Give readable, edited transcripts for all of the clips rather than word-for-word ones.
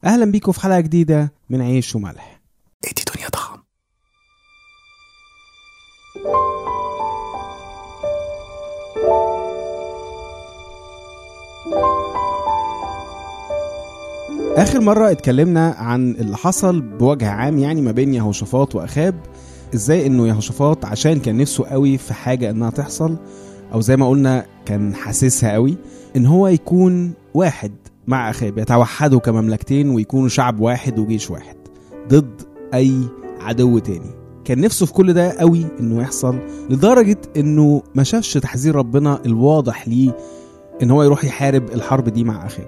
أهلا بيكم في حلقة جديدة من عيش وملح. ادي دنيا طعم. آخر مرة اتكلمنا عن اللي حصل بوجه عام يعني ما بين يهوشافاط وأخاب، ازاي انه يهوشافاط عشان كان نفسه قوي في حاجة انها تحصل، او زي ما قلنا كان حاسسها قوي ان هو يكون واحد مع أخاب، يتوحدوا كمملكتين ويكونوا شعب واحد وجيش واحد ضد اي عدو تاني. كان نفسه في كل ده قوي انه يحصل، لدرجة انه ما شافش تحذير ربنا الواضح ليه ان هو يروح يحارب الحرب دي مع أخاب،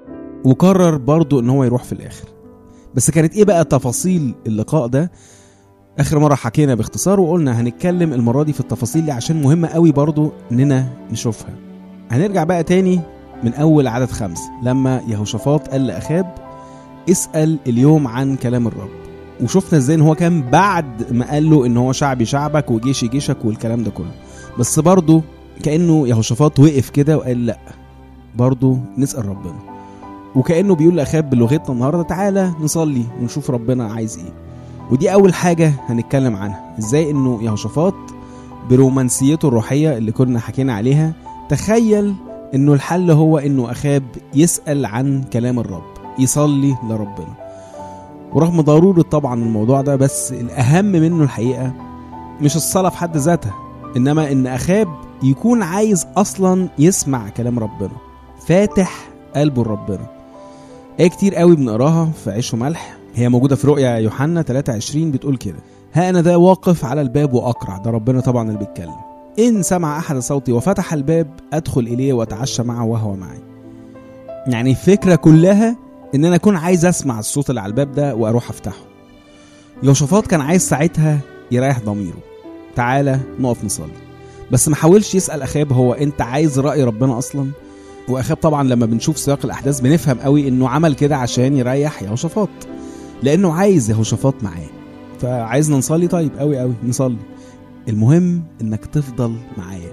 وقرر برضو ان هو يروح في الاخر. بس كانت ايه بقى تفاصيل اللقاء ده؟ اخر مرة حكينا باختصار وقلنا هنتكلم المرة دي في التفاصيل دي عشان مهمة قوي برضو اننا نشوفها. هنرجع بقى تاني من اول عدد 5 لما يهوشافاط قال لأخاب اسأل اليوم عن كلام الرب، وشوفنا ازاي ان هو كان بعد ما قال له ان هو شعبي شعبك وجيشي جيشك والكلام ده كله، بس برضو كأنه يهوشافاط وقف كده وقال لا برضو نسأل ربنا، وكأنه بيقول لأخاب بلغتنا النهاردة تعالى نصلي ونشوف ربنا عايز ايه. ودي اول حاجة هنتكلم عنها، ازاي انه يهوشافاط برومانسيته الروحية اللي كنا حكينا عليها تخيل انه الحل هو انه أخاب يسأل عن كلام الرب، يصلي لربنا. ورغم ضرورة طبعا الموضوع ده، بس الأهم منه الحقيقة مش الصلاة في حد ذاتها، إنما إن أخاب يكون عايز أصلا يسمع كلام ربنا، فاتح قلبه لربنا. ايه كتير قوي بنقراها في عيش وملح، هي موجودة في رؤيا يوحنا 23 بتقول كده: ها أنا ذا واقف على الباب وأقرع. ده ربنا طبعا اللي بيتكلم. إن سمع أحد صوتي وفتح الباب أدخل إليه وأتعشى معه وهو معي. يعني الفكرة كلها إن أنا أكون عايز أسمع الصوت اللي على الباب ده وأروح أفتحه. يهوشافاط كان عايز ساعتها يريح ضميره، تعالى نقف نصلي، بس ما حاولش يسأل أخاب هو أنت عايز رأي ربنا أصلا؟ وأخاب طبعا لما بنشوف سياق الأحداث بنفهم قوي إنه عمل كده عشان يريح يهوشافاط، لأنه عايز يهوشافاط معاه. فعايزنا نصلي، طيب قوي نصلي، المهم إنك تفضل معايا.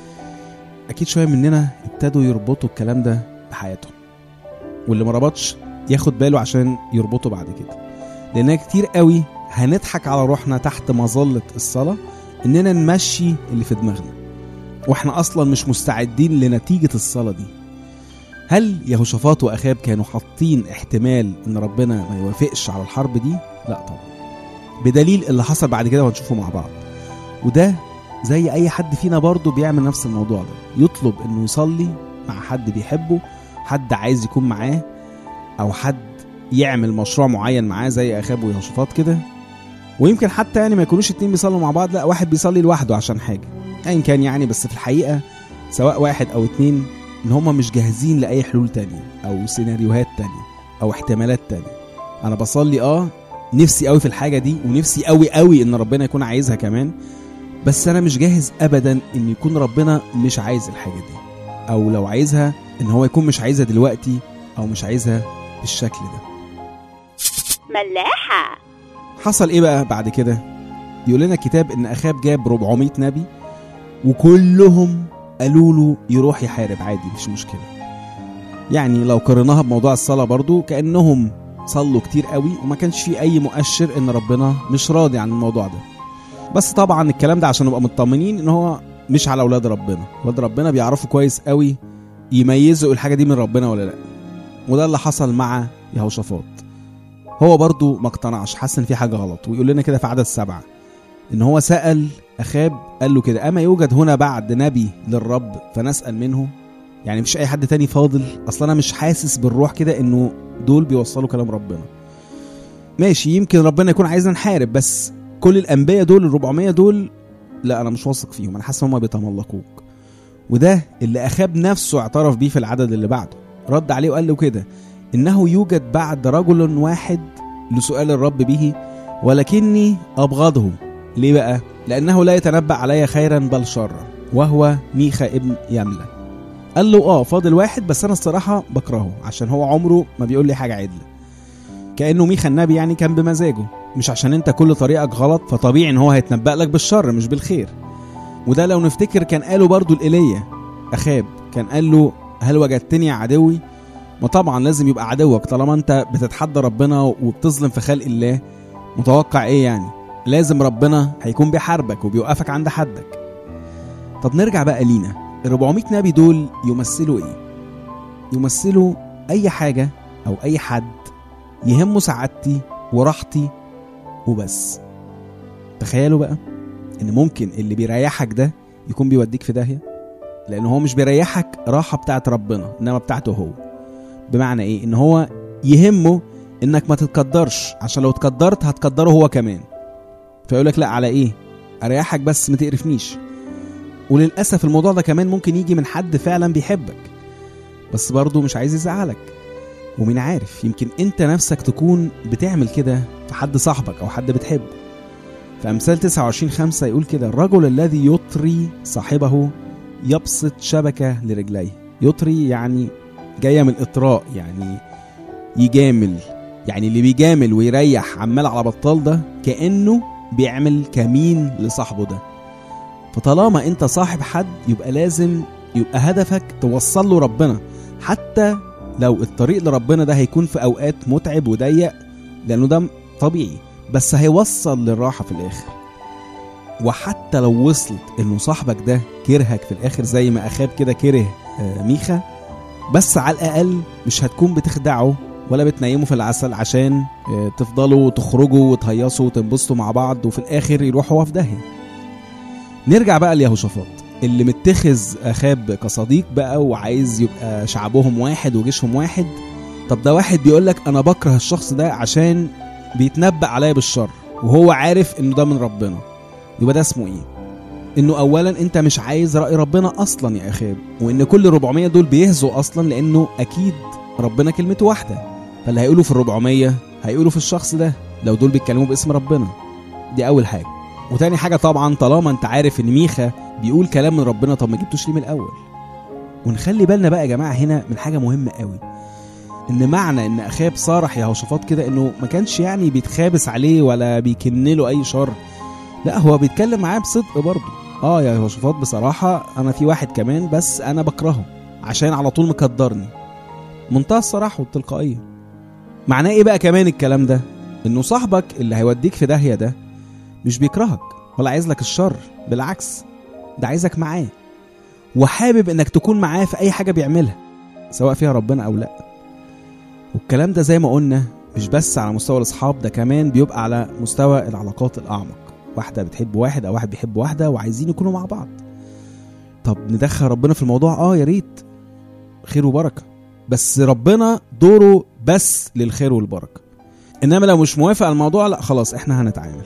أكيد شوية مننا ابتدوا يربطوا الكلام ده بحياتهم، واللي ما ربطش ياخد باله عشان يربطه بعد كده، لأننا كتير قوي هنضحك على روحنا تحت مظلة الصلاة إننا نمشي اللي في دماغنا وإحنا أصلا مش مستعدين لنتيجة الصلاة دي. هل يهوشافاط وأخاب كانوا حاطين احتمال إن ربنا ما يوافقش على الحرب دي؟ لا طبعا، بدليل اللي حصل بعد كده وهنشوفه مع بعض. وده زي أي حد فينا برضو بيعمل نفس الموضوع ده، يطلب إنه يصلي مع حد بيحبه، حد عايز يكون معاه، أو حد يعمل مشروع معين معاه زي أخاب ويهوشافاط كده. ويمكن حتى يعني ما يكونوش اتنين بيصلوا مع بعض، لا واحد بيصلي لوحده عشان حاجة أين كان يعني، بس في الحقيقة سواء واحد أو اتنين إن هما مش جاهزين لأي حلول تانية أو سيناريوهات تانية أو احتمالات تانية. أنا بصلي نفسي قوي في الحاجة دي، ونفسي قوي إن ربنا يكون عايزها كمان، بس أنا مش جاهز أبدا إن يكون ربنا مش عايز الحاجة دي، أو لو عايزها إن هو يكون مش عايزها دلوقتي أو مش عايزها بالشكل ده. ملاحة. حصل إيه بقى بعد كده؟ يقول لنا الكتاب إن أخاب جاب 400 نبي وكلهم قالوا له يروح يحارب عادي مش مشكلة. يعني لو قرناها بموضوع الصلاة برضو كأنهم صلوا كتير قوي وما كانش في أي مؤشر إن ربنا مش راضي عن الموضوع ده. بس طبعا الكلام ده عشان نبقى مطمنين إن هو مش على أولاد ربنا. أولاد ربنا بيعرفوا كويس قوي يميزوا الحاجة دي من ربنا ولا لأ. وده اللي حصل مع يهوشافاط. هو برضو ما اقتنعش، حس إن في حاجة غلط، ويقول لنا كده في عدد 7 إن هو سأل أخاب قال له كده: أما يوجد هنا بعد نبي للرب فنسأل منه؟ يعني مش أي حد تاني فاضل؟ أصلا أنا مش حاسس بالروح كده إنه دول بيوصلوا كلام ربنا. ماشي، يمكن ربنا يكون عايزنا نحارب، بس كل الأنبياء دول 400 دول لا أنا مش واثق فيهم، أنا حاسس هم بيتملقوك. وده اللي أخاب نفسه اعترف بيه في العدد اللي بعده، رد عليه وقال له كده: إنه يوجد بعد رجل واحد لسؤال الرب به ولكني أبغضه. ليه بقى؟ لأنه لا يتنبأ علي خيرا بل شرا، وهو ميخا ابن يملة. قال له فاضل واحد بس أنا الصراحة بكرهه عشان هو عمره ما بيقول لي حاجة عدلة. كأنه ميخا النبي يعني كان بمزاجه، مش عشان انت كل طريقك غلط فطبيعي ان هو هيتنبأ لك بالشر مش بالخير. وده لو نفتكر كان قاله برضو الإيليا. أخاب كان قال له: هل وجدتني يا عدوي؟ ما طبعا لازم يبقى عدوك طالما انت بتتحدى ربنا وبتظلم في خلق الله. متوقع ايه يعني؟ لازم ربنا هيكون بيحاربك وبيوقفك عند حدك. طب نرجع بقى لينا. 400 نبي دول يمثلوا ايه؟ يمثلوا اي حاجة او اي حد يهمه سعادتي وراحتي وبس. تخيلوا بقى ان ممكن اللي بيريحك ده يكون بيوديك في داهية، لان هو مش بيريحك راحة بتاعت ربنا انما بتاعته هو. بمعنى ايه؟ ان هو يهمه انك ما تتقدرش، عشان لو تقدرت هتقدره هو كمان، فيقولك لا على ايه، اريحك بس ما تقرفنيش. وللأسف الموضوع ده كمان ممكن يجي من حد فعلا بيحبك بس برضه مش عايز يزعلك. ومين عارف، يمكن انت نفسك تكون بتعمل كده في حد صاحبك او حد بتحبه. في أمثال 29:5 يقول كده: الرجل الذي يطري صاحبه يبسط شبكة لرجليه. يطري يعني جاية من الإطراء، يعني يجامل، يعني اللي بيجامل ويريح عمال على بطال ده كأنه بيعمل كمين لصاحبه ده. فطالما انت صاحب حد يبقى لازم يبقى هدفك توصل له ربنا، حتى لو الطريق لربنا ده هيكون في أوقات متعب وضيق، لأنه ده طبيعي، بس هيوصل للراحة في الآخر. وحتى لو وصلت انه صاحبك ده كرهك في الآخر زي ما أخاب كده كره ميخا، بس على الأقل مش هتكون بتخدعه ولا بتنيمه في العسل عشان تفضلوا تخرجوا وتهيصوا وتنبسطوا مع بعض وفي الآخر يروحوا هو في داهية. نرجع بقى ليهوشافاط اللي متخذ أخاب كصديق بقى وعايز يبقى شعبهم واحد وجيشهم واحد. طب ده واحد بيقولك أنا بكره الشخص ده عشان بيتنبأ عليا بالشر وهو عارف إنه ده من ربنا. يبقى ده اسمه إيه؟ إنه أولا أنت مش عايز رأي ربنا أصلا يا أخاب، وإن كل 400 دول بيهزوا أصلا، لأنه أكيد ربنا كلمته واحدة، فاللي هيقولوا في 400 هيقولوا في الشخص ده لو دول بيتكلموا باسم ربنا. دي أول حاجة. وتاني حاجة طبعا طالما انت عارف ان ميخا بيقول كلام من ربنا، طب ما جبتوش ليه من الاول؟ ونخلي بالنا بقى يا جماعة هنا من حاجة مهمة قوي، ان معنى ان اخاب صارح يهوشافاط كده انه ما كانش يعني بيتخابس عليه ولا بيكنله اي شر، لا هو بيتكلم معاه بصدق برضه. يا يهوشافاط بصراحة انا في واحد كمان بس انا بكرهه عشان على طول مقدرني. منتهى الصراحة والتلقائية. معناه ايه بقى كمان الكلام ده؟ انه صاحبك اللي هيوديك في داهية ده مش بيكرهك ولا عايز لك الشر، بالعكس ده عايزك معاه وحابب انك تكون معاه في اي حاجة بيعملها سواء فيها ربنا او لا. والكلام ده زي ما قلنا مش بس على مستوى الاصحاب، ده كمان بيبقى على مستوى العلاقات الاعمق. واحدة بتحب واحد او واحد بيحب واحدة وعايزين يكونوا مع بعض. طب ندخل ربنا في الموضوع؟ يا ريت، خير وبركة، بس ربنا دوره بس للخير والبركة. انما لو مش موافق على الموضوع لا خلاص احنا هنتعامل،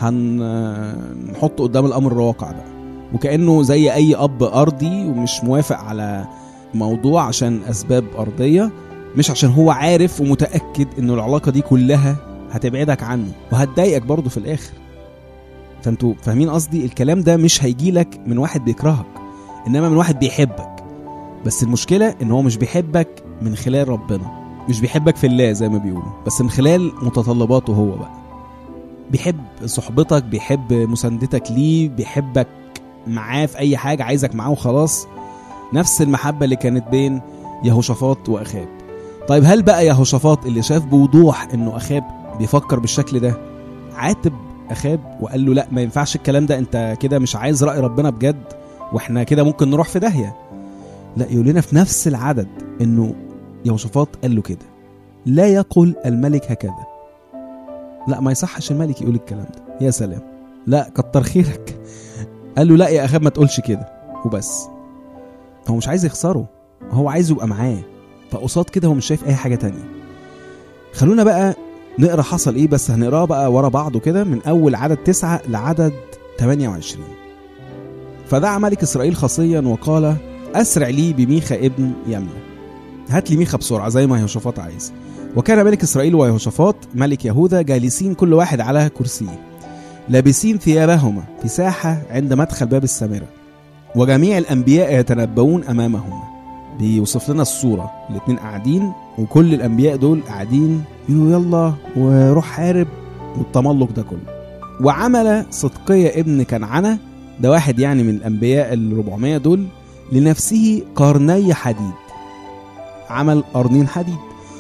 هنحط قدام الامر الواقع بقى، وكأنه زي اي اب ارضي ومش موافق على موضوع عشان اسباب ارضية، مش عشان هو عارف ومتأكد انه العلاقة دي كلها هتبعدك عنه وهتضايقك برضو في الاخر. فانتوا فاهمين قصدي؟ الكلام ده مش هيجيلك من واحد بيكرهك انما من واحد بيحبك. بس المشكلة ان هو مش بيحبك من خلال ربنا، مش بيحبك في الله زي ما بيقولوا، بس من خلال متطلباته هو بقى. بيحب صحبتك، بيحب مساندتك ليه، بيحبك معاه في اي حاجة، عايزك معاه وخلاص. نفس المحبة اللي كانت بين يهوشافاط واخاب. طيب هل بقى يهوشافاط اللي شاف بوضوح انه اخاب بيفكر بالشكل ده عاتب اخاب وقال له لا ما ينفعش الكلام ده، انت كده مش عايز رأي ربنا بجد واحنا كده ممكن نروح في داهية؟ لا، يقول لنا في نفس العدد انه يهوشافاط قال له كده: لا يقول الملك هكذا. لا ما يصحش الملك يقول الكلام ده. يا سلام، لا كتر خيرك. قال له لا يا اخاب ما تقولش كده وبس. هو مش عايز يخسره، هو عايز يبقى معاه، فقصاد كده هو مش شايف اي حاجة تانية. خلونا بقى نقرأ حصل ايه، بس هنقرأ بقى ورا بعضه كده من اول عدد 9 لعدد 28. فدعا ملك اسرائيل خصيا وقال: اسرع لي بميخا ابن يملة، هات لي ميخا بسرعة زي ما يهوشافاط عايز. وكان ملك اسرائيل ويهوشافاط ملك يهوذا جالسين كل واحد على كرسيه، لابسين ثيابهما في ساحة عند مدخل باب السامرة، وجميع الأنبياء يتنبؤون أمامهما. بيوصف لنا الصورة، الاتنين قاعدين وكل الأنبياء دول قاعدين يقولوا يلا وروح حارب والتملق ده كله. وعمل صدقية ابن كنعنة، ده واحد يعني من الأنبياء 400 دول، لنفسه قرني حديد. عمل قرنين حديد.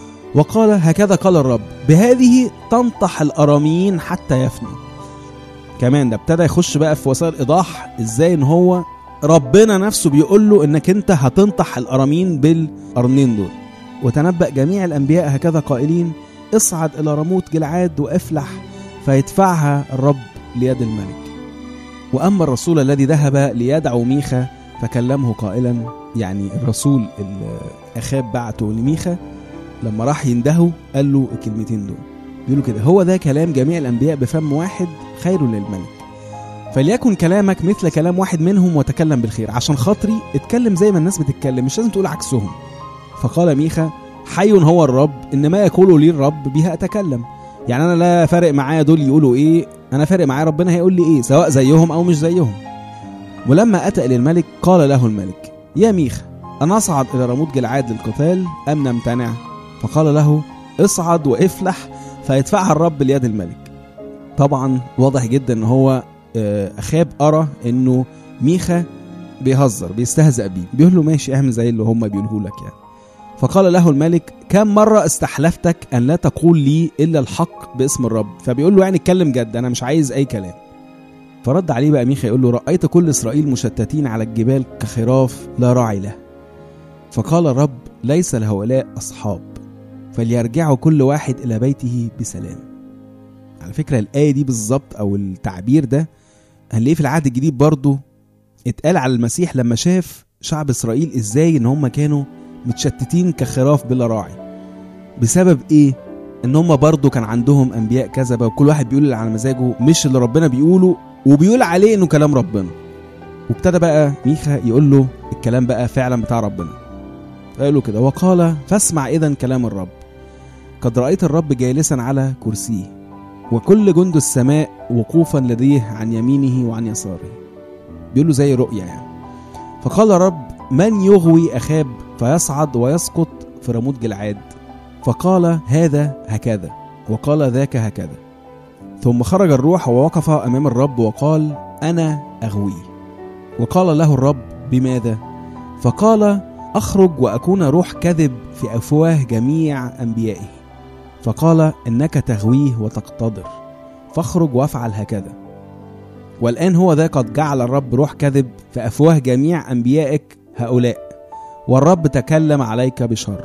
وقال هكذا قال الرب بهذه تنطح الأراميين حتى يفنوا. كمان ده ابتدى يخش بقى في وسائل إيضاح ازاي ان هو ربنا نفسه بيقول له انك انت هتنطح الأراميين بالقرنين دول. وتنبأ جميع الأنبياء هكذا قائلين اصعد إلى رموت جلعاد وافلح فيدفعها الرب ليد الملك. وأما الرسول الذي ذهب ليدعو ميخا فكلمه قائلا، يعني الرسول أخاب بعته لميخا لما راح يندهه قال له الكلمتين دول، بيقولوا كده هو ده كلام جميع الأنبياء بفم واحد خير للملك، فليكن كلامك مثل كلام واحد منهم وتكلم بالخير، عشان خاطري اتكلم زي ما الناس بتتكلم، مش لازم تقول عكسهم. فقال ميخا حي هو الرب إن ما يقوله لي الرب بها أتكلم. يعني أنا لا فارق معايا دول يقولوا إيه، أنا فارق معايا ربنا هيقول لي إيه، سواء زيهم أو مش زيهم. ولما أتى إلى الملك قال له الملك يا ميخا أنا أصعد إلى رموت جلعاد للقتال أم نمتنع؟ فقال له اصعد وافلح فيدفعها الرب ليد الملك. طبعا واضح جدا ان هو أخاب أرى انه ميخا بيهزر بيستهزأ بيه، بيقول له ماشي اعمل زي اللي هم بيقوله لك يعني. فقال له الملك كم مرة استحلفتك أن لا تقول لي إلا الحق باسم الرب؟ فبيقول له يعني اتكلم جد، أنا مش عايز أي كلام. فرد عليه بقى ميخا يقول له رأيت كل إسرائيل مشتتين على الجبال كخراف لا راعي له. فقال الرب ليس لهؤلاء أصحاب فليرجعوا كل واحد إلى بيته بسلام. على فكرة الآية دي بالظبط أو التعبير ده هنلاقيه في العهد الجديد برضو اتقال على المسيح لما شاف شعب إسرائيل إزاي إن هم كانوا متشتتين كخراف بلا راعي. بسبب إيه؟ إن هم برضو كان عندهم أنبياء كذبة وكل واحد بيقول اللي على مزاجه مش اللي ربنا بيقوله، وبيقول عليه إنه كلام ربنا. وابتدى بقى ميخا يقول له الكلام بقى فعلا بتاع ربنا. قال له كده وقال فاسمع إذن كلام الرب قد رأيت الرب جالسا على كرسيه وكل جند السماء وقوفا لديه عن يمينه وعن يساره. بيقول له زي رؤية يعني. فقال الرب من يغوي أخاب فيصعد ويسقط في رموت جلعاد؟ فقال هذا هكذا وقال ذاك هكذا. ثم خرج الروح ووقف أمام الرب وقال أنا أغويه. وقال له الرب بماذا؟ فقال أخرج وأكون روح كذب في أفواه جميع أنبيائه. فقال إنك تغويه وتقتدر فاخرج وافعل هكذا. والآن هو ذا قد جعل الرب روح كذب في أفواه جميع أنبيائك هؤلاء والرب تكلم عليك بشر.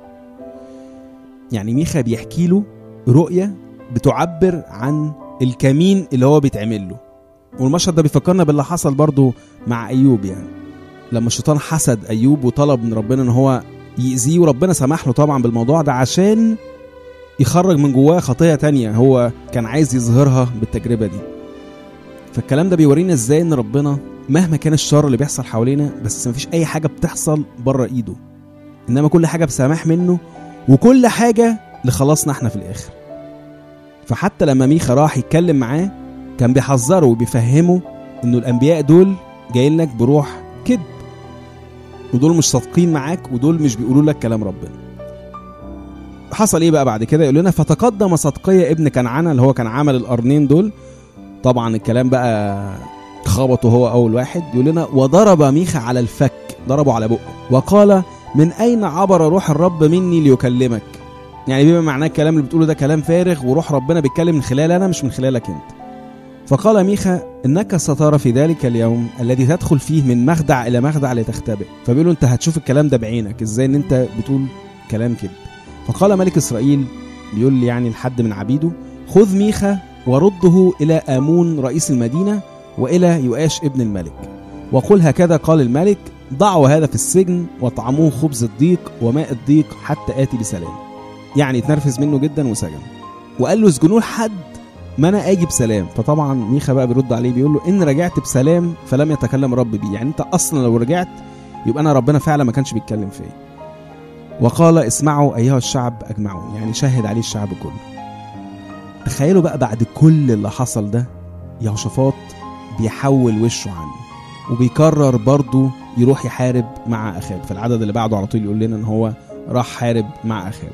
يعني ميخا بيحكي له رؤية بتعبر عن الكمين اللي هو بيتعمل له. والمشهد ده بيفكرنا باللي حصل برضو مع أيوب، يعني لما الشيطان حسد أيوب وطلب من ربنا ان هو يأذيه، وربنا سمح له طبعا بالموضوع ده عشان يخرج من جواه خطية تانية هو كان عايز يظهرها بالتجربة دي. فالكلام ده بيورينا ازاي ان ربنا مهما كان الشر اللي بيحصل حوالينا بس مفيش اي حاجة بتحصل بره ايده، انما كل حاجة بسماح منه وكل حاجة لخلاصنا احنا في الاخر. فحتى لما ميخا راح يتكلم معاه كان بيحذره وبيفهمه انه الانبياء دول جايين لك بروح كذب، ودول مش صادقين معاك، ودول مش بيقولوا لك كلام ربنا. حصل ايه بقى بعد كده؟ يقول لنا فتقدم صدقية ابن كنعانة اللي هو كان عمل القرنين دول. طبعا الكلام بقى خبطه هو اول واحد. يقول لنا وضرب ميخا على الفك، ضربه على بقه وقال من اين عبر روح الرب مني ليكلمك؟ يعني بما معناه الكلام اللي بتقوله ده كلام فارغ، وروح ربنا بيتكلم من خلال انا مش من خلالك انت. فقال ميخا انك سترى في ذلك اليوم الذي تدخل فيه من مخدع الى مخدع لتختبئ. فبيقولوا انت هتشوف الكلام ده بعينك ازاي ان انت بتقول كلام كده. فقال ملك اسرائيل، بيقول لي يعني لحد من عبيده، خذ ميخا ورده الى آمون رئيس المدينة والى يؤاش ابن الملك وقل هكذا قال الملك ضعوا هذا في السجن وطعموه خبز الضيق وماء الضيق حتى آتي بسلام. يعني اتنرفز منه جدا وسجن، وقال له اسجنوه لحد ما انا اجي بسلام. فطبعا ميخا بقى بيرد عليه بيقول له ان رجعت بسلام فلم يتكلم رب بي، يعني انت اصلا لو رجعت يبقى انا ربنا فعلا ما كانش بيتكلم فيه. وقال اسمعوا ايها الشعب اجمعون، يعني شهد عليه الشعب كله. تخيلوا بقى بعد كل اللي حصل ده يهوشافاط بيحول وشه عنه وبيكرر برضو يروح يحارب مع أخاب. في العدد اللي بعده على طول يقول لنا ان هو راح حارب مع أخاب.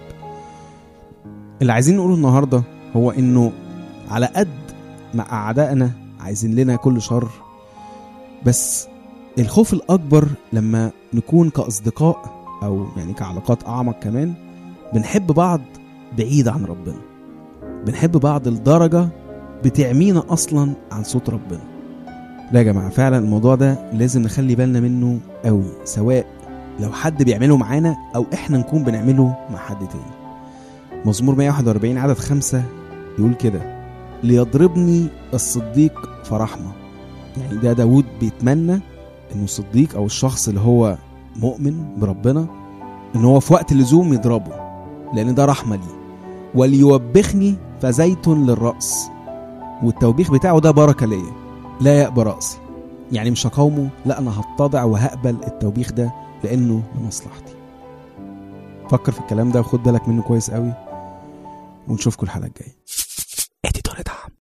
اللي عايزين نقوله النهاردة هو انه على قد ما أعدائنا عايزين لنا كل شر، بس الخوف الأكبر لما نكون كأصدقاء او يعني كعلاقات اعمق كمان بنحب بعض بعيد عن ربنا، بنحب بعض لدرجة بتعمينا اصلا عن صوت ربنا. لا يا جماعة، فعلا الموضوع ده لازم نخلي بالنا منه قوي، سواء لو حد بيعمله معانا او احنا نكون بنعمله مع حد تاني. مزمور 141 عدد 5 يقول كده: ليضربني الصديق فرحمة. يعني ده داود بيتمنى انه الصديق او الشخص اللي هو مؤمن بربنا ان هو في وقت اللزوم يضربه، لان ده رحمة لي. وليوبخني فزيت للرأس، والتوبيخ بتاعه ده بركة ليا لا يأبى رأسي. يعني مش هقاومه، لا انا هتضع وهقبل التوبيخ ده لانه لمصلحتي. فكر في الكلام ده وخد بالك منه كويس قوي، ونشوفكم الحلقة الجاية.